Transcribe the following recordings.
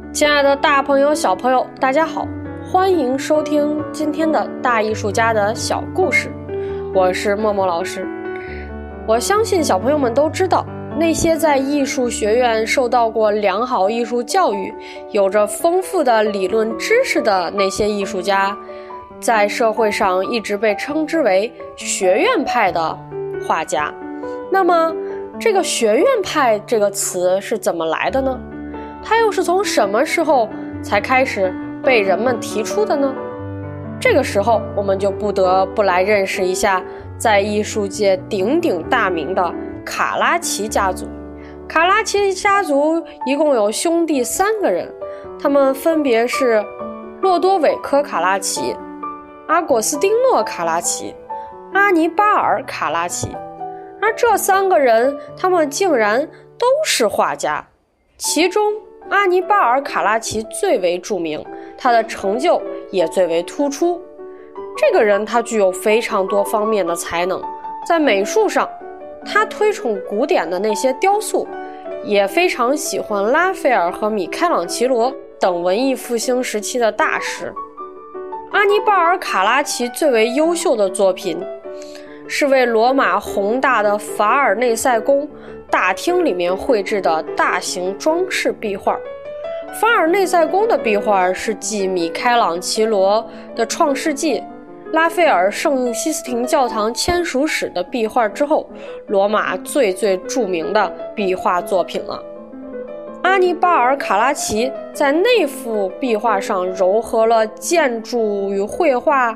亲爱的大朋友小朋友大家好，欢迎收听今天的大艺术家的小故事，我是默默老师。我相信小朋友们都知道，那些在艺术学院受到过良好艺术教育，有着丰富的理论知识的那些艺术家，在社会上一直被称之为学院派的画家。那么这个学院派这个词是怎么来的呢？它又是从什么时候才开始被人们提出的呢？这个时候我们就不得不来认识一下在艺术界鼎鼎大名的卡拉奇家族。卡拉奇家族一共有兄弟3个人，他们分别是洛多韦科·卡拉奇、阿果斯丁诺·卡拉奇、阿尼巴尔·卡拉奇。而这3个人他们竟然都是画家，其中阿尼巴尔·卡拉奇最为著名，他的成就也最为突出。这个人他具有非常多方面的才能，在美术上他推崇古典的那些雕塑，也非常喜欢拉斐尔和米开朗基罗等文艺复兴时期的大师。阿尼巴尔·卡拉奇最为优秀的作品是为罗马宏大的法尔内塞宫大厅里面绘制的大型装饰壁画。法尔内塞宫的壁画是继米开朗基罗的《创世纪》、拉斐尔圣西斯廷教堂签署史的壁画之后，罗马最著名的壁画作品了。阿尼巴尔·卡拉奇在那幅壁画上糅合了建筑与绘画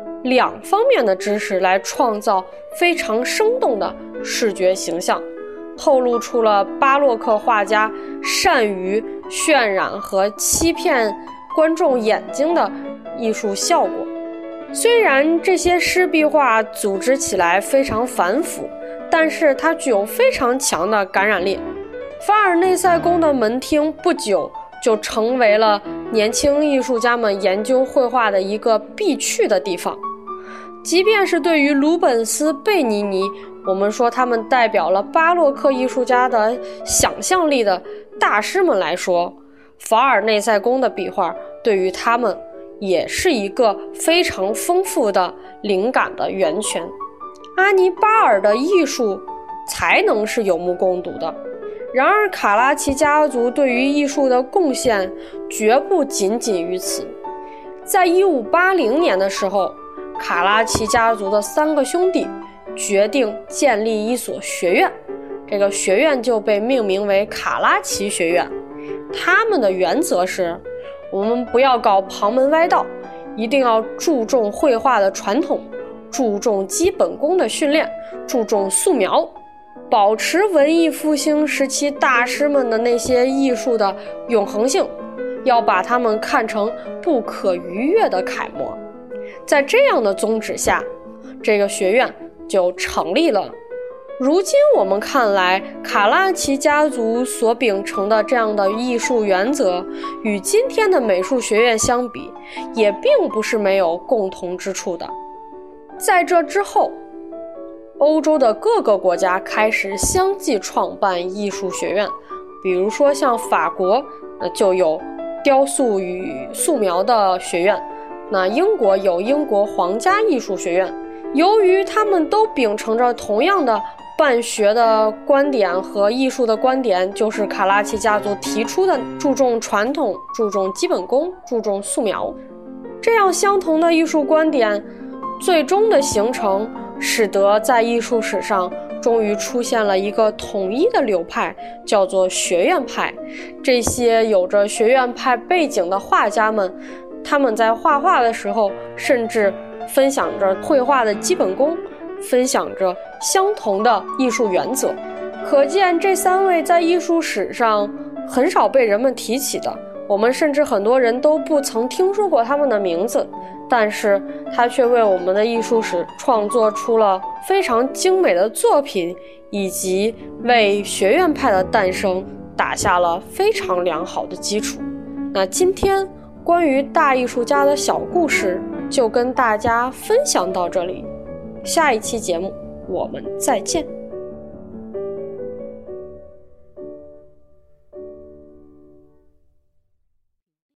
2方面的知识，来创造非常生动的视觉形象，透露出了巴洛克画家善于渲染和欺骗观众眼睛的艺术效果。虽然这些湿壁画组织起来非常繁复，但是它具有非常强的感染力。法尔内塞宫的门厅不久就成为了年轻艺术家们研究绘画的一个必去的地方。即便是对于鲁本斯、贝尼尼，我们说他们代表了巴洛克艺术家的想象力的大师们来说，法尔内塞宫的壁画对于他们也是一个非常丰富的灵感的源泉。阿尼巴尔的艺术才能是有目共睹的，然而卡拉奇家族对于艺术的贡献绝不仅仅于此。在1580年的时候，卡拉奇家族的3个兄弟决定建立一所学院，这个学院就被命名为卡拉奇学院。他们的原则是，我们不要搞旁门歪道，一定要注重绘画的传统，注重基本功的训练，注重素描，保持文艺复兴时期大师们的那些艺术的永恒性，要把他们看成不可逾越的楷模。在这样的宗旨下，这个学院就成立了。如今我们看来，卡拉奇家族所秉承的这样的艺术原则，与今天的美术学院相比，也并不是没有共同之处的。在这之后，欧洲的各个国家开始相继创办艺术学院，比如说像法国，就有雕塑与素描的学院，那英国有英国皇家艺术学院。由于他们都秉承着同样的办学的观点和艺术的观点，就是卡拉奇家族提出的注重传统、注重基本功、注重素描。这样相同的艺术观点最终的形成，使得在艺术史上终于出现了一个统一的流派，叫做学院派。这些有着学院派背景的画家们，他们在画画的时候甚至分享着绘画的基本功，分享着相同的艺术原则。可见这3位在艺术史上很少被人们提起的，我们甚至很多人都不曾听说过他们的名字，但是他却为我们的艺术史创作出了非常精美的作品，以及为学院派的诞生打下了非常良好的基础。那今天关于大艺术家的小故事就跟大家分享到这里，下一期节目我们再见。